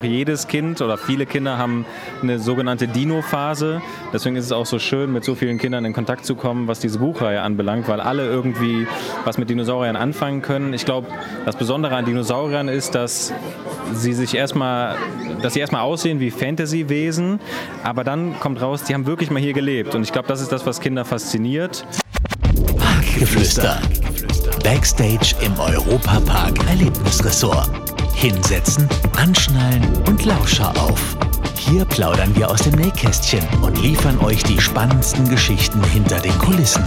Jedes Kind oder viele Kinder haben eine sogenannte Dino-Phase. Deswegen ist es auch so schön, mit so vielen Kindern in Kontakt zu kommen, was diese Buchreihe anbelangt, weil alle irgendwie was mit Dinosauriern anfangen können. Ich glaube, das Besondere an Dinosauriern ist, dass sie erstmal aussehen wie Fantasy-Wesen, aber dann kommt raus, die haben wirklich mal hier gelebt. Und ich glaube, das ist das, was Kinder fasziniert. Parkgeflüster. Backstage im Europa-Park Erlebnisressort. Hinsetzen, anschnallen und Lauscher auf. Hier plaudern wir aus dem Nähkästchen und liefern euch die spannendsten Geschichten hinter den Kulissen.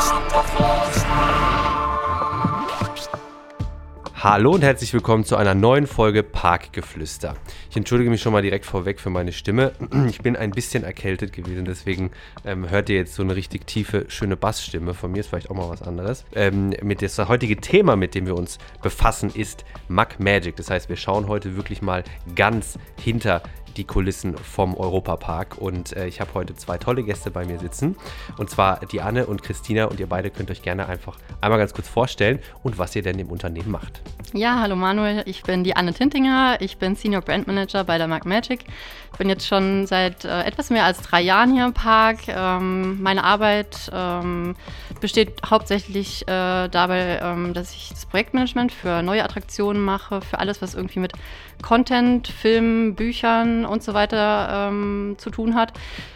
Hallo und herzlich willkommen zu einer neuen Folge Parkgeflüster. Ich entschuldige mich schon mal direkt vorweg für meine Stimme. Ich bin ein bisschen erkältet gewesen, deswegen hört ihr jetzt so eine richtig tiefe, schöne Bassstimme. Von mir ist vielleicht auch mal was anderes. Das heutige Thema, mit dem wir uns befassen, ist Mack Magic. Das heißt, wir schauen heute wirklich mal ganz hinter die Kulissen vom Europa-Park und ich habe heute zwei tolle Gäste bei mir sitzen, und zwar die Anne und Christina, und ihr beide könnt euch gerne einfach einmal ganz kurz vorstellen und was ihr denn im Unternehmen macht. Ja, hallo Manuel, ich bin die Anne Tintinger, ich bin Senior Brand Manager bei der Mack Magic. Ich bin jetzt schon seit etwas mehr als 3 Jahren hier im Park. Meine Arbeit besteht hauptsächlich dabei, dass ich das Projektmanagement für neue Attraktionen mache, für alles, was irgendwie mit Content, Filmen, Büchern und so weiter zu tun hat.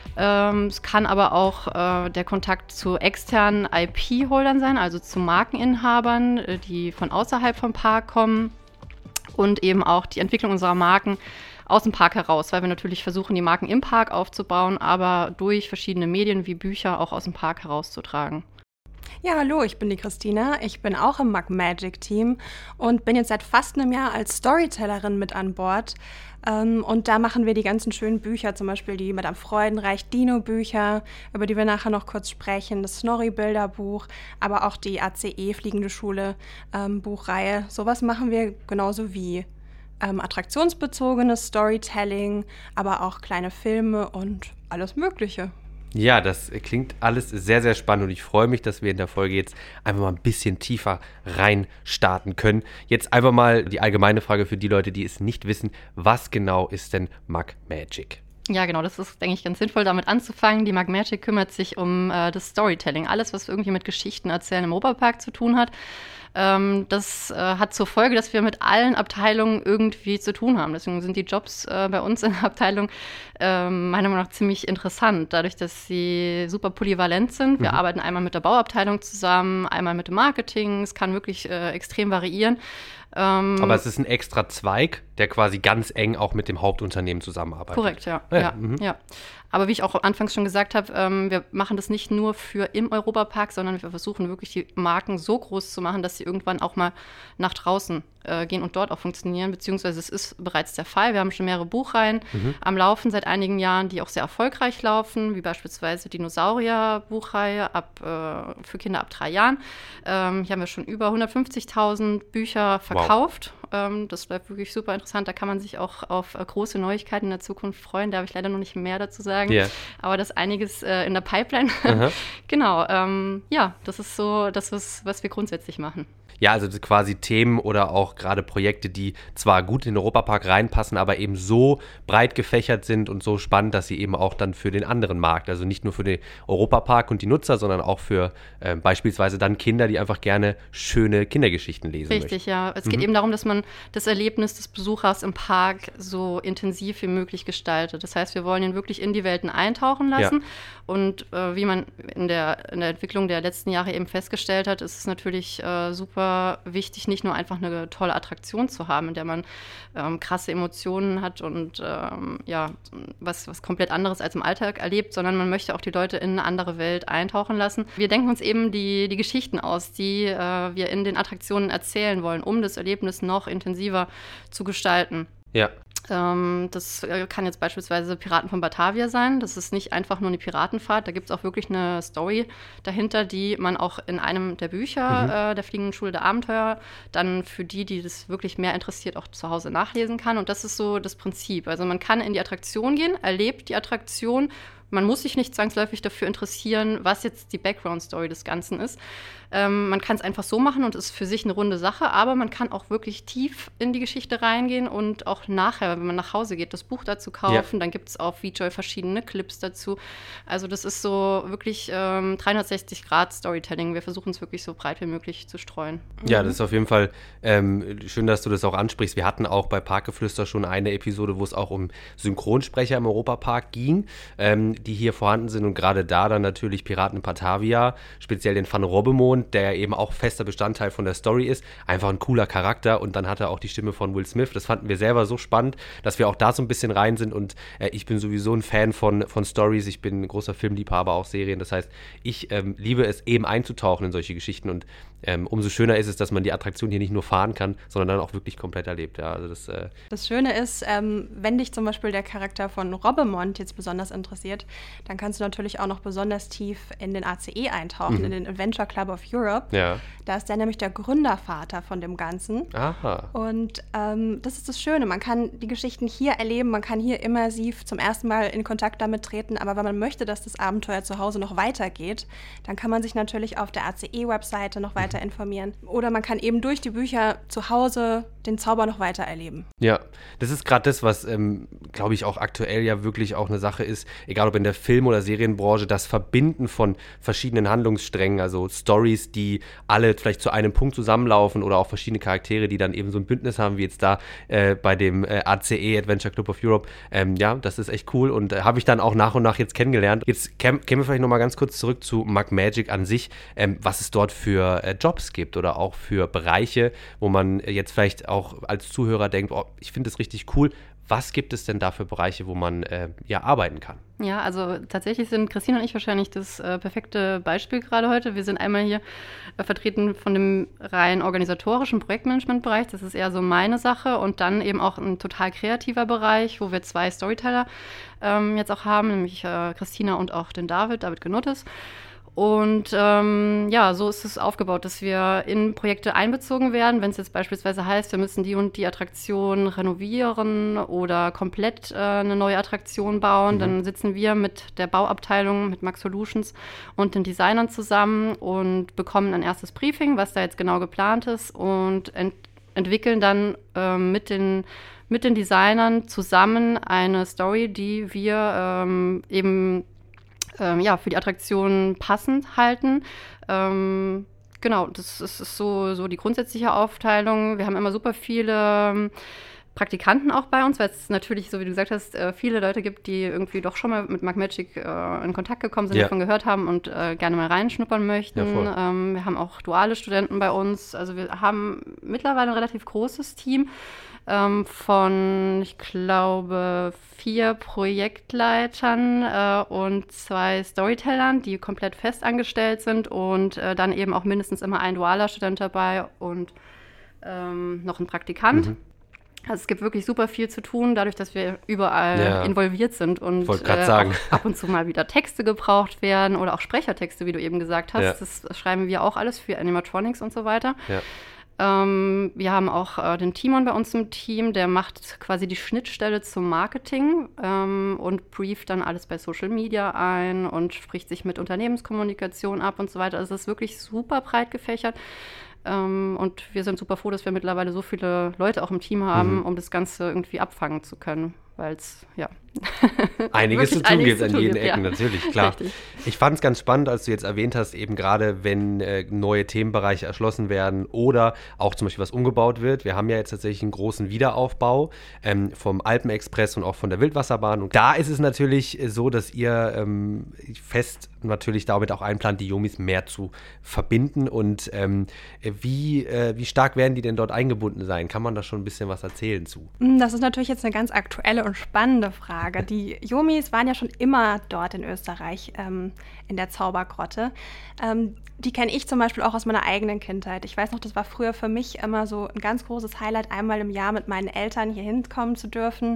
Es kann aber auch der Kontakt zu externen IP-Holdern sein, also zu Markeninhabern, die von außerhalb vom Park kommen, und eben auch die Entwicklung unserer Marken aus dem Park heraus, weil wir natürlich versuchen, die Marken im Park aufzubauen, aber durch verschiedene Medien wie Bücher auch aus dem Park herauszutragen. Ja, hallo, ich bin die Christina. Ich bin auch im Mack Magic Team und bin jetzt seit fast einem Jahr als Storytellerin mit an Bord. Und da machen wir die ganzen schönen Bücher, zum Beispiel die Madame Freudenreich Dino-Bücher, über die wir nachher noch kurz sprechen, das Snorri-Bilderbuch, aber auch die ACE Fliegende Schule Buchreihe. Sowas machen wir genauso wie attraktionsbezogenes Storytelling, aber auch kleine Filme und alles Mögliche. Ja, das klingt alles sehr, sehr spannend, und ich freue mich, dass wir in der Folge jetzt einfach mal ein bisschen tiefer rein starten können. Jetzt einfach mal die allgemeine Frage für die Leute, die es nicht wissen: Was genau ist denn Mack Magic? Ja, genau, das ist, denke ich, ganz sinnvoll, damit anzufangen. Die Mack Magic kümmert sich um das Storytelling, alles, was irgendwie mit Geschichten erzählen im Europapark zu tun hat. Das hat zur Folge, dass wir mit allen Abteilungen irgendwie zu tun haben. Deswegen sind die Jobs bei uns in der Abteilung meiner Meinung nach ziemlich interessant, dadurch, dass sie super polyvalent sind. Wir arbeiten einmal mit der Bauabteilung zusammen, einmal mit dem Marketing. Es kann wirklich extrem variieren. Aber es ist ein extra Zweig, der quasi ganz eng auch mit dem Hauptunternehmen zusammenarbeitet. Korrekt, ja. Ja. Aber wie ich auch anfangs schon gesagt habe, wir machen das nicht nur für im Europapark, sondern wir versuchen wirklich, die Marken so groß zu machen, dass sie irgendwann auch mal nach draußen gehen und dort auch funktionieren. Beziehungsweise es ist bereits der Fall. Wir haben schon mehrere Buchreihen am Laufen seit einigen Jahren, die auch sehr erfolgreich laufen, wie beispielsweise die Dinosaurier-Buchreihe für Kinder ab 3 Jahren. Hier haben wir schon über 150.000 Bücher verkauft. Wow. Das bleibt wirklich super interessant. Da kann man sich auch auf große Neuigkeiten in der Zukunft freuen. Da habe ich leider noch nicht mehr dazu sagen. Yeah. Aber das ist einiges in der Pipeline. Genau. Das ist so das, was wir grundsätzlich machen. Ja, also quasi Themen oder auch gerade Projekte, die zwar gut in den Europapark reinpassen, aber eben so breit gefächert sind und so spannend, dass sie eben auch dann für den anderen Markt, also nicht nur für den Europapark und die Nutzer, sondern auch für beispielsweise dann Kinder, die einfach gerne schöne Kindergeschichten lesen möchten. Richtig, ja. Es geht eben darum, dass man das Erlebnis des Besuchers im Park so intensiv wie möglich gestaltet. Das heißt, wir wollen ihn wirklich in die Welten eintauchen lassen. Ja. Und wie man in der Entwicklung der letzten Jahre eben festgestellt hat, ist es natürlich super wichtig, nicht nur einfach eine tolle Attraktion zu haben, in der man krasse Emotionen hat und was komplett anderes als im Alltag erlebt, sondern man möchte auch die Leute in eine andere Welt eintauchen lassen. Wir denken uns eben die Geschichten aus, die wir in den Attraktionen erzählen wollen, um das Erlebnis noch intensiver zu gestalten. Ja. Das kann jetzt beispielsweise Piraten von Batavia sein. Das ist nicht einfach nur eine Piratenfahrt. Da gibt es auch wirklich eine Story dahinter, die man auch in einem der Bücher der Fliegenden Schule der Abenteuer dann für die das wirklich mehr interessiert, auch zu Hause nachlesen kann. Und das ist so das Prinzip. Also man kann in die Attraktion gehen, erlebt die Attraktion man muss sich nicht zwangsläufig dafür interessieren, was jetzt die Background-Story des Ganzen ist. Man kann es einfach so machen und ist für sich eine runde Sache, aber man kann auch wirklich tief in die Geschichte reingehen und auch nachher, wenn man nach Hause geht, das Buch dazu kaufen. Dann gibt es auf VJoy verschiedene Clips dazu. Also das ist so wirklich 360-Grad-Storytelling. Wir versuchen es wirklich so breit wie möglich zu streuen. Ja, das ist auf jeden Fall schön, dass du das auch ansprichst. Wir hatten auch bei Parkgeflüster schon eine Episode, wo es auch um Synchronsprecher im Europapark ging, die hier vorhanden sind und gerade da dann natürlich Piraten in Batavia, speziell den Van Robbemond, der ja eben auch fester Bestandteil von der Story ist, einfach ein cooler Charakter und dann hat er auch die Stimme von Will Smith. Das fanden wir selber so spannend, dass wir auch da so ein bisschen rein sind und ich bin sowieso ein Fan von Stories, ich bin ein großer Filmliebhaber, auch Serien, das heißt, ich liebe es eben einzutauchen in solche Geschichten und umso schöner ist es, dass man die Attraktion hier nicht nur fahren kann, sondern dann auch wirklich komplett erlebt. Ja, also das Schöne ist, wenn dich zum Beispiel der Charakter von Robbemont jetzt besonders interessiert, dann kannst du natürlich auch noch besonders tief in den ACE eintauchen, in den Adventure Club of Europe. Ja. Da ist der nämlich der Gründervater von dem Ganzen. Aha. Und das ist das Schöne, man kann die Geschichten hier erleben, man kann hier immersiv zum ersten Mal in Kontakt damit treten, aber wenn man möchte, dass das Abenteuer zu Hause noch weitergeht, dann kann man sich natürlich auf der ACE-Webseite noch weiter informieren. Oder man kann eben durch die Bücher zu Hause den Zauber noch weiter erleben. Ja, das ist gerade das, was, glaube ich, auch aktuell ja wirklich auch eine Sache ist, egal ob in der Film- oder Serienbranche, das Verbinden von verschiedenen Handlungssträngen, also Stories, die alle vielleicht zu einem Punkt zusammenlaufen oder auch verschiedene Charaktere, die dann eben so ein Bündnis haben, wie jetzt da bei dem ACE, Adventure Club of Europe. Ja, das ist echt cool und habe ich dann auch nach und nach jetzt kennengelernt. Jetzt kämen wir vielleicht nochmal ganz kurz zurück zu McMagic an sich, was es dort für Jobs gibt oder auch für Bereiche, wo man jetzt vielleicht auch als Zuhörer denkt, oh, ich finde das richtig cool. Was gibt es denn da für Bereiche, wo man arbeiten kann? Ja, also tatsächlich sind Christine und ich wahrscheinlich das perfekte Beispiel gerade heute. Wir sind einmal hier vertreten von dem rein organisatorischen Projektmanagement-Bereich. Das ist eher so meine Sache. Und dann eben auch ein total kreativer Bereich, wo wir 2 Storyteller jetzt auch haben, nämlich Christina und auch den David Gnutes. Und so ist es aufgebaut, dass wir in Projekte einbezogen werden, wenn es jetzt beispielsweise heißt, wir müssen die und die Attraktion renovieren oder komplett eine neue Attraktion bauen. Dann sitzen wir mit der Bauabteilung, mit Max Solutions und den Designern zusammen und bekommen ein erstes Briefing, was da jetzt genau geplant ist und entwickeln dann mit den Designern zusammen eine Story, die wir eben für die Attraktion passend halten. Genau, das ist so die grundsätzliche Aufteilung. Wir haben immer super viele Praktikanten auch bei uns, weil es natürlich, so wie du gesagt hast, viele Leute gibt, die irgendwie doch schon mal mit McMagic in Kontakt gekommen sind, davon gehört haben und gerne mal reinschnuppern möchten. Ja, wir haben auch duale Studenten bei uns. Also wir haben mittlerweile ein relativ großes Team von, ich glaube, 4 Projektleitern und 2 Storytellern, die komplett fest angestellt sind und dann eben auch mindestens immer ein dualer Student dabei und noch ein Praktikant. Also es gibt wirklich super viel zu tun, dadurch, dass wir überall involviert sind und auch ab und zu mal wieder Texte gebraucht werden oder auch Sprechertexte, wie du eben gesagt hast. Ja. Das schreiben wir auch alles für Animatronics und so weiter. Ja. Wir haben auch den Timon bei uns im Team, der macht quasi die Schnittstelle zum Marketing und brieft dann alles bei Social Media ein und spricht sich mit Unternehmenskommunikation ab und so weiter. Also es ist wirklich super breit gefächert. Und wir sind super froh, dass wir mittlerweile so viele Leute auch im Team haben, um das Ganze irgendwie abfangen zu können, weil es, einiges zu tun gibt an jeden Ecken, natürlich, klar. Richtig. Ich fand es ganz spannend, als du jetzt erwähnt hast, eben gerade, wenn neue Themenbereiche erschlossen werden oder auch zum Beispiel was umgebaut wird. Wir haben ja jetzt tatsächlich einen großen Wiederaufbau vom Alpenexpress und auch von der Wildwasserbahn. Und da ist es natürlich so, dass ihr fest natürlich damit auch einplant, die Yomis mehr zu verbinden. Und wie stark werden die denn dort eingebunden sein? Kann man da schon ein bisschen was erzählen zu? Das ist natürlich jetzt eine ganz aktuelle und spannende Frage. Die Yomis waren ja schon immer dort in Österreich in der Zaubergrotte. Die kenne ich zum Beispiel auch aus meiner eigenen Kindheit. Ich weiß noch, das war früher für mich immer so ein ganz großes Highlight, einmal im Jahr mit meinen Eltern hier hinkommen zu dürfen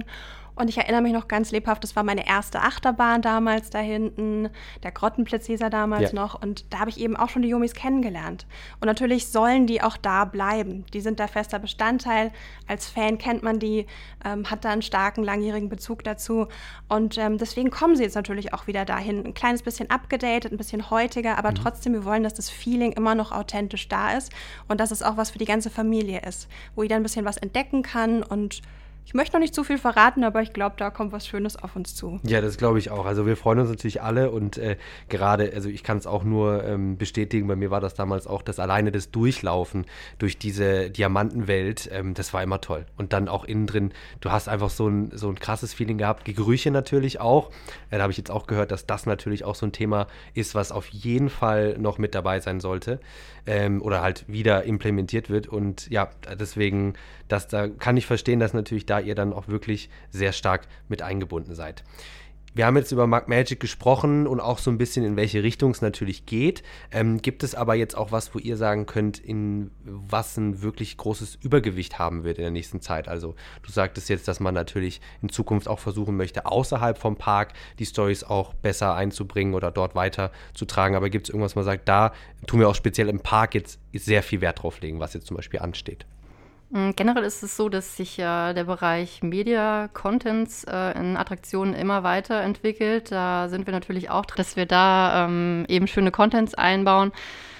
Und ich erinnere mich noch ganz lebhaft, das war meine erste Achterbahn damals da hinten, der Grottenblitz hieß er damals noch. Und da habe ich eben auch schon die Yumis kennengelernt. Und natürlich sollen die auch da bleiben. Die sind da fester Bestandteil. Als Fan kennt man die, hat da einen starken, langjährigen Bezug dazu. Und deswegen kommen sie jetzt natürlich auch wieder dahin. Ein kleines bisschen abgedatet, ein bisschen heutiger, aber trotzdem, wir wollen, dass das Feeling immer noch authentisch da ist und dass es auch was für die ganze Familie ist, wo jeder ein bisschen was entdecken kann. Und ich möchte noch nicht zu viel verraten, aber ich glaube, da kommt was Schönes auf uns zu. Ja, das glaube ich auch. Also wir freuen uns natürlich alle und gerade, also ich kann es auch nur bestätigen, bei mir war das damals auch, das alleine das Durchlaufen durch diese Diamantenwelt, das war immer toll. Und dann auch innen drin, du hast einfach so ein krasses Feeling gehabt, die Gerüche natürlich auch. Da habe ich jetzt auch gehört, dass das natürlich auch so ein Thema ist, was auf jeden Fall noch mit dabei sein sollte oder halt wieder implementiert wird. Und ja, deswegen, da kann ich verstehen, dass natürlich da ihr dann auch wirklich sehr stark mit eingebunden seid. Wir haben jetzt über Mark Magic gesprochen und auch so ein bisschen, in welche Richtung es natürlich geht. Gibt es aber jetzt auch was, wo ihr sagen könnt, in was ein wirklich großes Übergewicht haben wird in der nächsten Zeit? Also du sagtest jetzt, dass man natürlich in Zukunft auch versuchen möchte, außerhalb vom Park die Storys auch besser einzubringen oder dort weiterzutragen. Aber gibt es irgendwas, wo man sagt, da tun wir auch speziell im Park jetzt sehr viel Wert drauf legen, was jetzt zum Beispiel ansteht? Generell ist es so, dass sich der Bereich Media-Contents in Attraktionen immer weiterentwickelt. Da sind wir natürlich auch dran, dass wir da eben schöne Contents einbauen.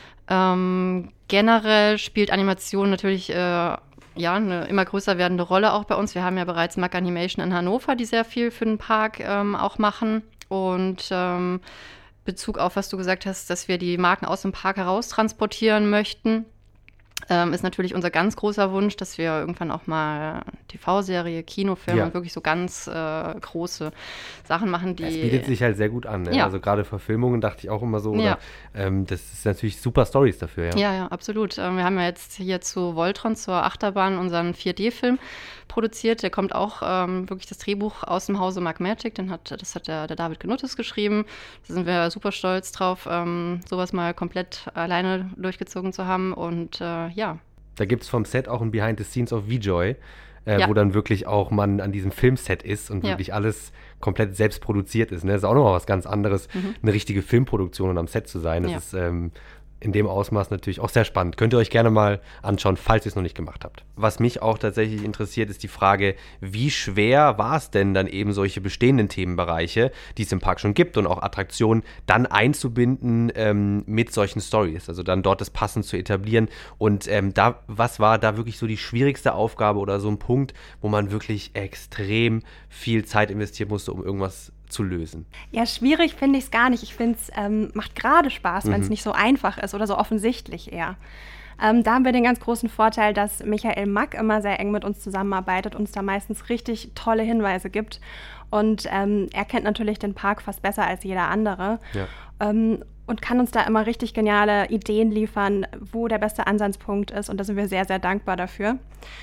Generell spielt Animation natürlich eine immer größer werdende Rolle auch bei uns. Wir haben ja bereits Mack Animation in Hannover, die sehr viel für den Park auch machen. Und Bezug auf, was du gesagt hast, dass wir die Marken aus dem Park heraus transportieren möchten, ist natürlich unser ganz großer Wunsch, dass wir irgendwann auch mal TV-Serie, Kinofilme und wirklich so ganz große Sachen machen, die... Es bietet sich halt sehr gut an. Ne? Ja. Also gerade Verfilmungen dachte ich auch immer so. Oder, das ist natürlich super Stories dafür. Ja, absolut. Wir haben ja jetzt hier zu Voltron, zur Achterbahn, unseren 4D-Film produziert. Der kommt auch wirklich das Drehbuch aus dem Hause Mark Magic. Das hat der David Gnuttis geschrieben. Da sind wir super stolz drauf, sowas mal komplett alleine durchgezogen zu haben. Und Da gibt es vom Set auch ein Behind the Scenes of VJoy, wo dann wirklich auch man an diesem Filmset ist und wirklich alles komplett selbst produziert ist. Ne? Das ist auch nochmal was ganz anderes, eine richtige Filmproduktion und am Set zu sein. Das ist in dem Ausmaß natürlich auch sehr spannend. Könnt ihr euch gerne mal anschauen, falls ihr es noch nicht gemacht habt. Was mich auch tatsächlich interessiert, ist die Frage, wie schwer war es denn dann eben solche bestehenden Themenbereiche, die es im Park schon gibt und auch Attraktionen, dann einzubinden mit solchen Stories, also dann dort das passend zu etablieren und was war da wirklich so die schwierigste Aufgabe oder so ein Punkt, wo man wirklich extrem viel Zeit investieren musste, um irgendwas zu lösen? Ja, schwierig finde ich es gar nicht. Ich finde es macht gerade Spaß, wenn es nicht so einfach ist oder so offensichtlich eher. Da haben wir den ganz großen Vorteil, dass Michael Mack immer sehr eng mit uns zusammenarbeitet, uns da meistens richtig tolle Hinweise gibt. Und er kennt natürlich den Park fast besser als jeder andere. Ja. Und kann uns da immer richtig geniale Ideen liefern, wo der beste Ansatzpunkt ist. Und da sind wir sehr, sehr dankbar dafür.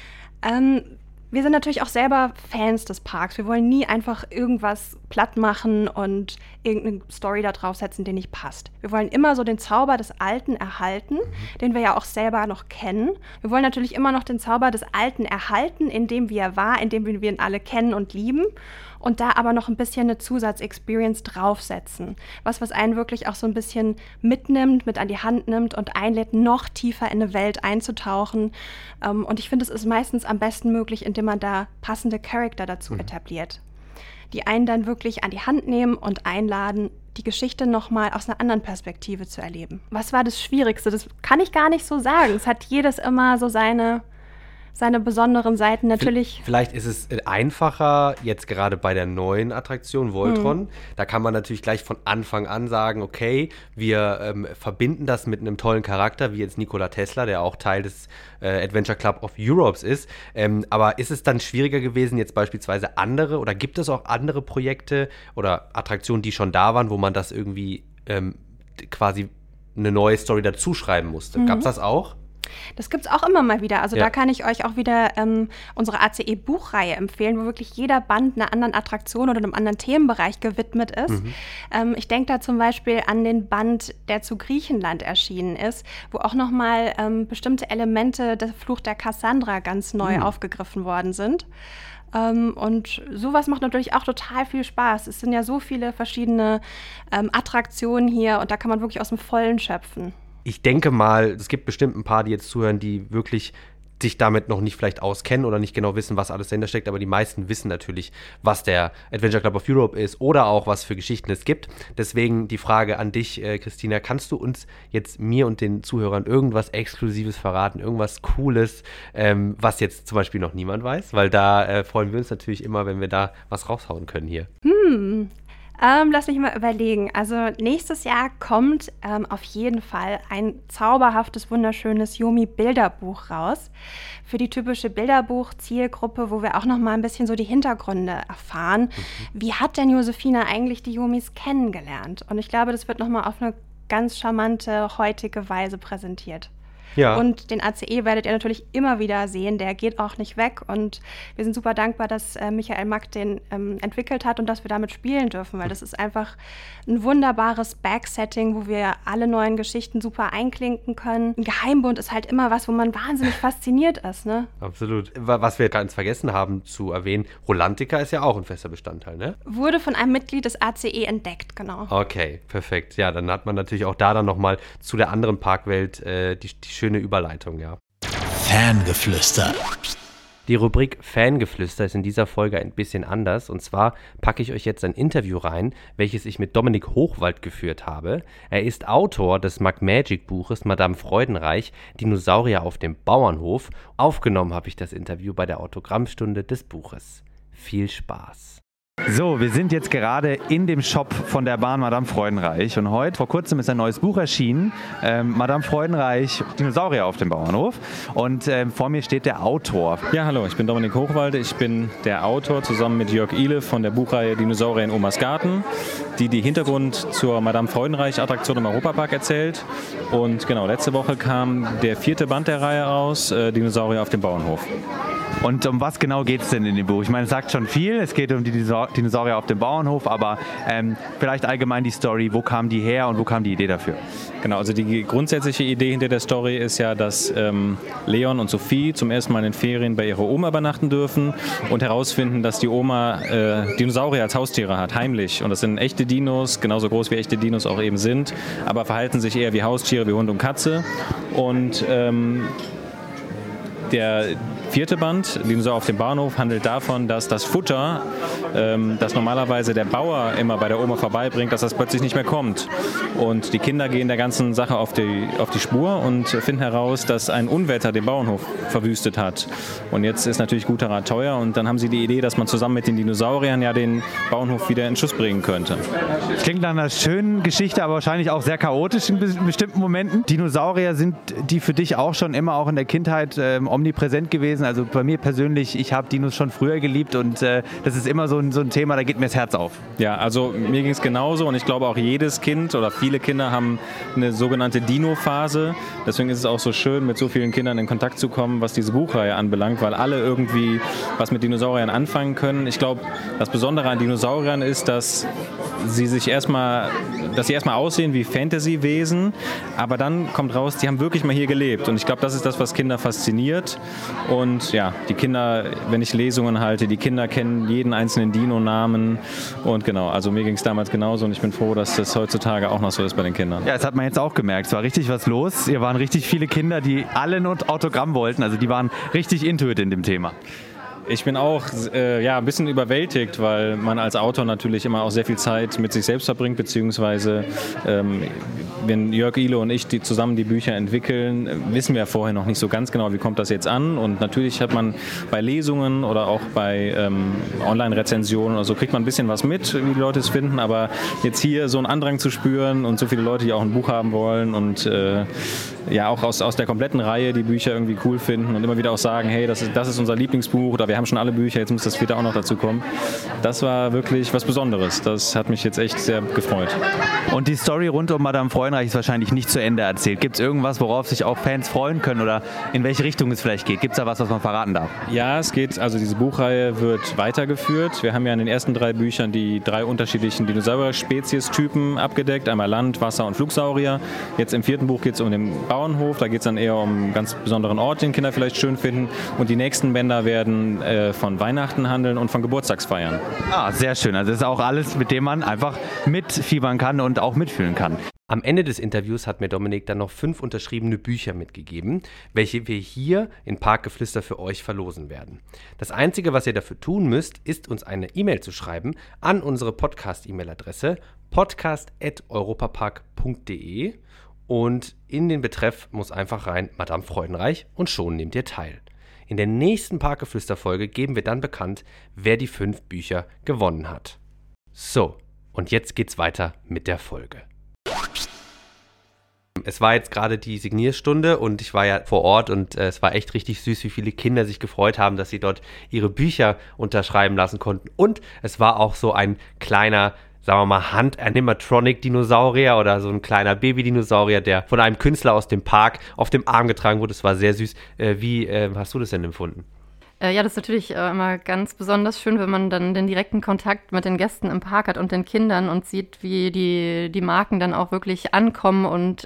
Wir sind natürlich auch selber Fans des Parks. Wir wollen nie einfach irgendwas platt machen und irgendeine Story da draufsetzen, die nicht passt. Wir wollen immer so den Zauber des Alten erhalten, den wir ja auch selber noch kennen. Wir wollen natürlich immer noch den Zauber des Alten erhalten, in dem wie er war, in dem wir ihn alle kennen und lieben. Und da aber noch ein bisschen eine Zusatzexperience draufsetzen. Was einen wirklich auch so ein bisschen mitnimmt, mit an die Hand nimmt und einlädt, noch tiefer in eine Welt einzutauchen. Und ich finde, es ist meistens am besten möglich, indem man da passende Charakter dazu etabliert. Die einen dann wirklich an die Hand nehmen und einladen, die Geschichte nochmal aus einer anderen Perspektive zu erleben. Was war das Schwierigste? Das kann ich gar nicht so sagen. Es hat jedes immer so seine besonderen Seiten natürlich. Vielleicht ist es einfacher, jetzt gerade bei der neuen Attraktion Voltron. Da kann man natürlich gleich von Anfang an sagen, okay, wir verbinden das mit einem tollen Charakter, wie jetzt Nikola Tesla, der auch Teil des Adventure Club of Europe ist. Aber ist es dann schwieriger gewesen, jetzt beispielsweise andere, oder gibt es auch andere Projekte oder Attraktionen, die schon da waren, wo man das irgendwie quasi eine neue Story dazu schreiben musste? Gab es das auch? Das gibt es auch immer mal wieder. Also da kann ich euch auch wieder unsere ACE-Buchreihe empfehlen, wo wirklich jeder Band einer anderen Attraktion oder einem anderen Themenbereich gewidmet ist. Ich denke da zum Beispiel an den Band, der zu Griechenland erschienen ist, wo auch nochmal bestimmte Elemente des Fluch der Cassandra ganz neu aufgegriffen worden sind. Und sowas macht natürlich auch total viel Spaß. Es sind ja so viele verschiedene Attraktionen hier und da kann man wirklich aus dem Vollen schöpfen. Ich denke mal, es gibt bestimmt ein paar, die jetzt zuhören, die wirklich sich damit noch nicht vielleicht auskennen oder nicht genau wissen, was alles dahinter steckt, aber die meisten wissen natürlich, was der Adventure Club of Europe ist oder auch, was für Geschichten es gibt. Deswegen die Frage an dich, Christina, kannst du uns jetzt, mir und den Zuhörern, irgendwas Exklusives verraten, irgendwas Cooles, was jetzt zum Beispiel noch niemand weiß? Weil da freuen wir uns natürlich immer, wenn wir da was raushauen können hier. Lass mich mal überlegen. Also nächstes Jahr kommt auf jeden Fall ein zauberhaftes, wunderschönes Yomi-Bilderbuch raus. Für die typische Bilderbuch-Zielgruppe, wo wir auch noch mal ein bisschen so die Hintergründe erfahren. Wie hat denn Josefina eigentlich die Yomis kennengelernt? Und ich glaube, das wird noch mal auf eine ganz charmante, heutige Weise präsentiert. Ja. Und den ACE werdet ihr natürlich immer wieder sehen, der geht auch nicht weg und wir sind super dankbar, dass Michael Mack den entwickelt hat und dass wir damit spielen dürfen, weil das ist einfach ein wunderbares Backsetting, wo wir alle neuen Geschichten super einklinken können. Ein Geheimbund ist halt immer was, wo man wahnsinnig fasziniert ist, ne? Absolut. Was wir ganz vergessen haben zu erwähnen, Rolantica ist ja auch ein fester Bestandteil, ne? Wurde von einem Mitglied des ACE entdeckt, genau. Okay, perfekt. Ja, dann hat man natürlich auch da dann nochmal zu der anderen Parkwelt die schöne Überleitung, ja. Fangeflüster. Die Rubrik Fangeflüster ist in dieser Folge ein bisschen anders. Und zwar packe ich euch jetzt ein Interview rein, welches ich mit Dominik Hochwald geführt habe. Er ist Autor des Mack Magic Buches Madame Freudenreich, Dinosaurier auf dem Bauernhof. Aufgenommen habe ich das Interview bei der Autogrammstunde des Buches. Viel Spaß. So, wir sind jetzt gerade in dem Shop von der Bahn Madame Freudenreich und heute, vor kurzem, ist ein neues Buch erschienen, Madame Freudenreich, Dinosaurier auf dem Bauernhof, und vor mir steht der Autor. Ja, hallo, ich bin Dominik Hochwald, ich bin der Autor zusammen mit Jörg Ihle von der Buchreihe Dinosaurier in Omas Garten, die Hintergrund zur Madame Freudenreich Attraktion im Europapark erzählt. Und genau, letzte Woche kam der 4. Band der Reihe raus, Dinosaurier auf dem Bauernhof. Und um was genau geht es denn in dem Buch? Ich meine, es sagt schon viel, es geht um die Dinosaurier auf dem Bauernhof, aber vielleicht allgemein die Story, wo kam die her und wo kam die Idee dafür? Genau, also die grundsätzliche Idee hinter der Story ist ja, dass Leon und Sophie zum ersten Mal in den Ferien bei ihrer Oma übernachten dürfen und herausfinden, dass die Oma Dinosaurier als Haustiere hat, heimlich. Und das sind echte Dinos, genauso groß wie echte Dinos auch eben sind, aber verhalten sich eher wie Haustiere, wie Hund und Katze. Und der 4. Band, Dinosaurier auf dem Bahnhof, handelt davon, dass das Futter, das normalerweise der Bauer immer bei der Oma vorbeibringt, dass das plötzlich nicht mehr kommt. Und die Kinder gehen der ganzen Sache auf die Spur und finden heraus, dass ein Unwetter den Bauernhof verwüstet hat. Und jetzt ist natürlich guter Rat teuer und dann haben sie die Idee, dass man zusammen mit den Dinosauriern ja den Bauernhof wieder in Schuss bringen könnte. Klingt nach einer schönen Geschichte, aber wahrscheinlich auch sehr chaotisch in bestimmten Momenten. Dinosaurier, sind die für dich auch schon immer auch in der Kindheit omnipräsent gewesen? Also bei mir persönlich, ich habe Dinos schon früher geliebt und das ist immer so ein Thema, da geht mir das Herz auf. Ja, also mir ging es genauso und ich glaube auch jedes Kind oder viele Kinder haben eine sogenannte Dino-Phase. Deswegen ist es auch so schön, mit so vielen Kindern in Kontakt zu kommen, was diese Buchreihe anbelangt, weil alle irgendwie was mit Dinosauriern anfangen können. Ich glaube, das Besondere an Dinosauriern ist, dass sie erstmal aussehen wie Fantasy-Wesen, aber dann kommt raus, die haben wirklich mal hier gelebt und ich glaube, das ist das, was Kinder fasziniert. Und ja, die Kinder, wenn ich Lesungen halte, die Kinder kennen jeden einzelnen Dino-Namen und genau, also mir ging es damals genauso und ich bin froh, dass das heutzutage auch noch so ist bei den Kindern. Ja, das hat man jetzt auch gemerkt, es war richtig was los. Hier waren richtig viele Kinder, die alle ein Autogramm wollten, also die waren richtig intuit in dem Thema. Ich bin auch ein bisschen überwältigt, weil man als Autor natürlich immer auch sehr viel Zeit mit sich selbst verbringt, beziehungsweise wenn Jörg Ihle und ich zusammen die Bücher entwickeln, wissen wir ja vorher noch nicht so ganz genau, wie kommt das jetzt an. Und natürlich hat man bei Lesungen oder auch bei Online-Rezensionen oder so, kriegt man ein bisschen was mit, wie die Leute es finden, aber jetzt hier so einen Andrang zu spüren und so viele Leute, die auch ein Buch haben wollen und auch aus der kompletten Reihe die Bücher irgendwie cool finden und immer wieder auch sagen, hey, das ist unser Lieblingsbuch oder wir haben schon alle Bücher, jetzt muss das 4. auch noch dazu kommen. Das war wirklich was Besonderes. Das hat mich jetzt echt sehr gefreut. Und die Story rund um Madame Freudenreich ist wahrscheinlich nicht zu Ende erzählt. Gibt es irgendwas, worauf sich auch Fans freuen können oder in welche Richtung es vielleicht geht? Gibt es da was man verraten darf? Ja, es geht, also diese Buchreihe wird weitergeführt. Wir haben ja in den ersten 3 Büchern die 3 unterschiedlichen Dinosaurier-Spezies-Typen abgedeckt. Einmal Land-, Wasser- und Flugsaurier. Jetzt im 4. Buch geht es um den Bauernhof. Da geht es dann eher um einen ganz besonderen Ort, den Kinder vielleicht schön finden. Und die nächsten Bänder werden von Weihnachten handeln und von Geburtstagsfeiern. Ah, sehr schön. Also das ist auch alles, mit dem man einfach mitfiebern kann und auch mitfühlen kann. Am Ende des Interviews hat mir Dominik dann noch 5 unterschriebene Bücher mitgegeben, welche wir hier in Parkgeflüster für euch verlosen werden. Das Einzige, was ihr dafür tun müsst, ist uns eine E-Mail zu schreiben an unsere Podcast-E-Mail-Adresse podcast@europapark.de und in den Betreff muss einfach rein Madame Freudenreich und schon nehmt ihr teil. In der nächsten Parkgeflüster-Folge geben wir dann bekannt, wer die 5 Bücher gewonnen hat. So, und jetzt geht's weiter mit der Folge. Es war jetzt gerade die Signierstunde und ich war ja vor Ort und es war echt richtig süß, wie viele Kinder sich gefreut haben, dass sie dort ihre Bücher unterschreiben lassen konnten. Und es war auch so ein kleiner, sagen wir mal, Hand-Animatronic-Dinosaurier oder so ein kleiner Baby-Dinosaurier, der von einem Künstler aus dem Park auf dem Arm getragen wurde. Es war sehr süß. Wie hast du das denn empfunden? Ja, das ist natürlich immer ganz besonders schön, wenn man dann den direkten Kontakt mit den Gästen im Park hat und den Kindern und sieht, wie die Marken dann auch wirklich ankommen und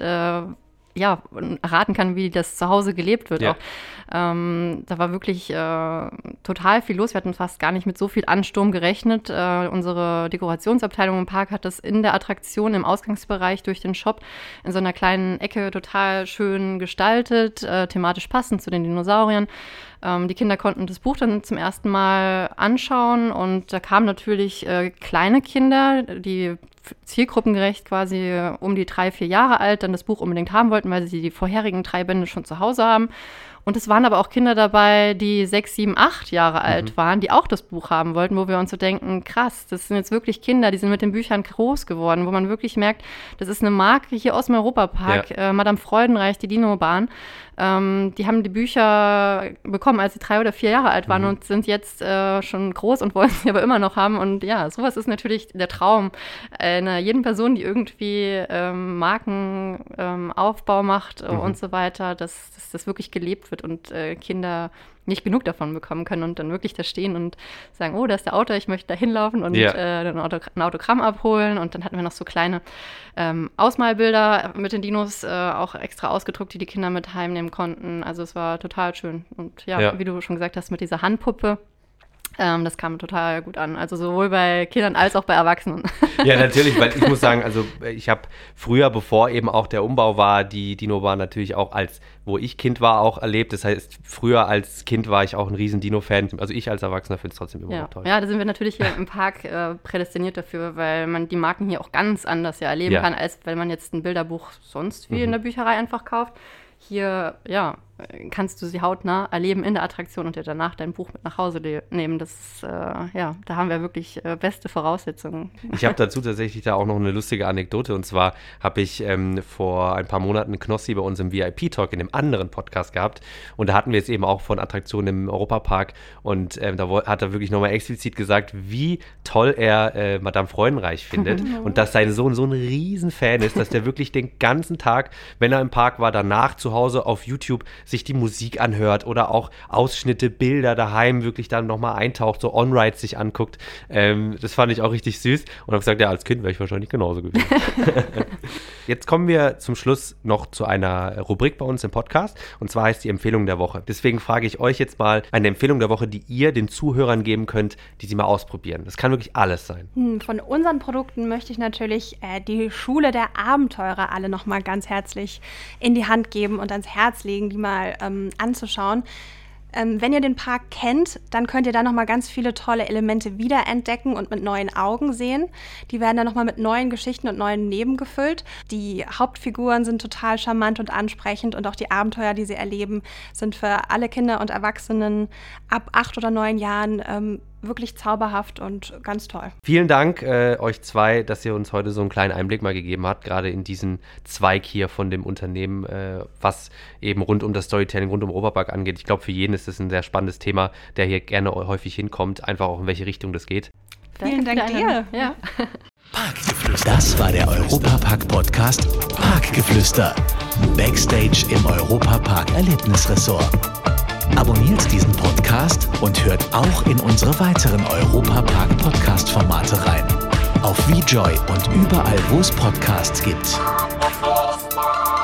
erraten kann, wie das zu Hause gelebt wird. Ja. Auch. Da war wirklich total viel los. Wir hatten fast gar nicht mit so viel Ansturm gerechnet. Unsere Dekorationsabteilung im Park hat das in der Attraktion im Ausgangsbereich durch den Shop in so einer kleinen Ecke total schön gestaltet, thematisch passend zu den Dinosauriern. Die Kinder konnten das Buch dann zum ersten Mal anschauen und da kamen natürlich kleine Kinder, die zielgruppengerecht quasi um die 3-4 Jahre alt dann das Buch unbedingt haben wollten, weil sie die vorherigen 3 Bände schon zu Hause haben. Und es waren aber auch Kinder dabei, die 6, 7, 8 Jahre alt waren, die auch das Buch haben wollten, wo wir uns so denken, krass, das sind jetzt wirklich Kinder, die sind mit den Büchern groß geworden, wo man wirklich merkt, das ist eine Marke hier aus dem Europapark, Madame Freudenreich, die Dinobahn. Die haben die Bücher bekommen, als sie 3 oder 4 Jahre alt waren und sind jetzt schon groß und wollen sie aber immer noch haben. Und ja, sowas ist natürlich der Traum einer jeden Person, die irgendwie Markenaufbau macht und so weiter, dass das wirklich gelebt wird und Kinder nicht genug davon bekommen können und dann wirklich da stehen und sagen, oh, da ist der Autor, ich möchte da hinlaufen und ein Autogramm abholen. Und dann hatten wir noch so kleine Ausmalbilder mit den Dinos auch extra ausgedruckt, die Kinder mit heimnehmen konnten. Also es war total schön. Und wie du schon gesagt hast, mit dieser Handpuppe, das kam total gut an. Also sowohl bei Kindern als auch bei Erwachsenen. Ja, natürlich, weil ich muss sagen, also ich habe früher, bevor eben auch der Umbau war, die Dinobahn natürlich auch wo ich Kind war, auch erlebt. Das heißt, früher als Kind war ich auch ein riesen Dino-Fan. Also ich als Erwachsener finde es trotzdem immer noch toll. Ja, da sind wir natürlich hier im Park prädestiniert dafür, weil man die Marken hier auch ganz anders erleben kann, als wenn man jetzt ein Bilderbuch sonst wie in der Bücherei einfach kauft. Hier, kannst du sie hautnah erleben in der Attraktion und dir danach dein Buch mit nach Hause nehmen. Das da haben wir wirklich beste Voraussetzungen. Ich habe dazu tatsächlich da auch noch eine lustige Anekdote und zwar habe ich vor ein paar Monaten Knossi bei uns im VIP-Talk in einem anderen Podcast gehabt und da hatten wir jetzt eben auch von Attraktionen im Europapark und da hat er wirklich nochmal explizit gesagt, wie toll er Madame Freudenreich findet und dass sein Sohn so ein Riesenfan ist, dass der wirklich den ganzen Tag, wenn er im Park war, danach zu Hause auf YouTube sich die Musik anhört oder auch Ausschnitte, Bilder daheim wirklich dann nochmal eintaucht, so On-Rides sich anguckt. Das fand ich auch richtig süß und habe gesagt, ja, als Kind wäre ich wahrscheinlich genauso gewesen. Jetzt kommen wir zum Schluss noch zu einer Rubrik bei uns im Podcast und zwar heißt die Empfehlung der Woche. Deswegen frage ich euch jetzt mal eine Empfehlung der Woche, die ihr den Zuhörern geben könnt, die sie mal ausprobieren. Das kann wirklich alles sein. Von unseren Produkten möchte ich natürlich die Schule der Abenteurer alle nochmal ganz herzlich in die Hand geben und ans Herz legen, die mal anzuschauen. Wenn ihr den Park kennt, dann könnt ihr da nochmal ganz viele tolle Elemente wiederentdecken und mit neuen Augen sehen. Die werden dann nochmal mit neuen Geschichten und neuen Leben gefüllt. Die Hauptfiguren sind total charmant und ansprechend und auch die Abenteuer, die sie erleben, sind für alle Kinder und Erwachsenen ab 8 oder 9 Jahren wirklich zauberhaft und ganz toll. Vielen Dank euch zwei, dass ihr uns heute so einen kleinen Einblick mal gegeben habt, gerade in diesen Zweig hier von dem Unternehmen, was eben rund um das Storytelling, rund um Europapark angeht. Ich glaube, für jeden ist das ein sehr spannendes Thema, der hier gerne häufig hinkommt, einfach auch in welche Richtung das geht. Vielen Dank dir. Ja. Parkgeflüster. Das war der Europapark-Podcast Parkgeflüster. Backstage im Europapark Erlebnisressort. Abonniert diesen Podcast und hört auch in unsere weiteren Europapark-Podcast-Formate rein. Auf VJoy und überall, wo es Podcasts gibt.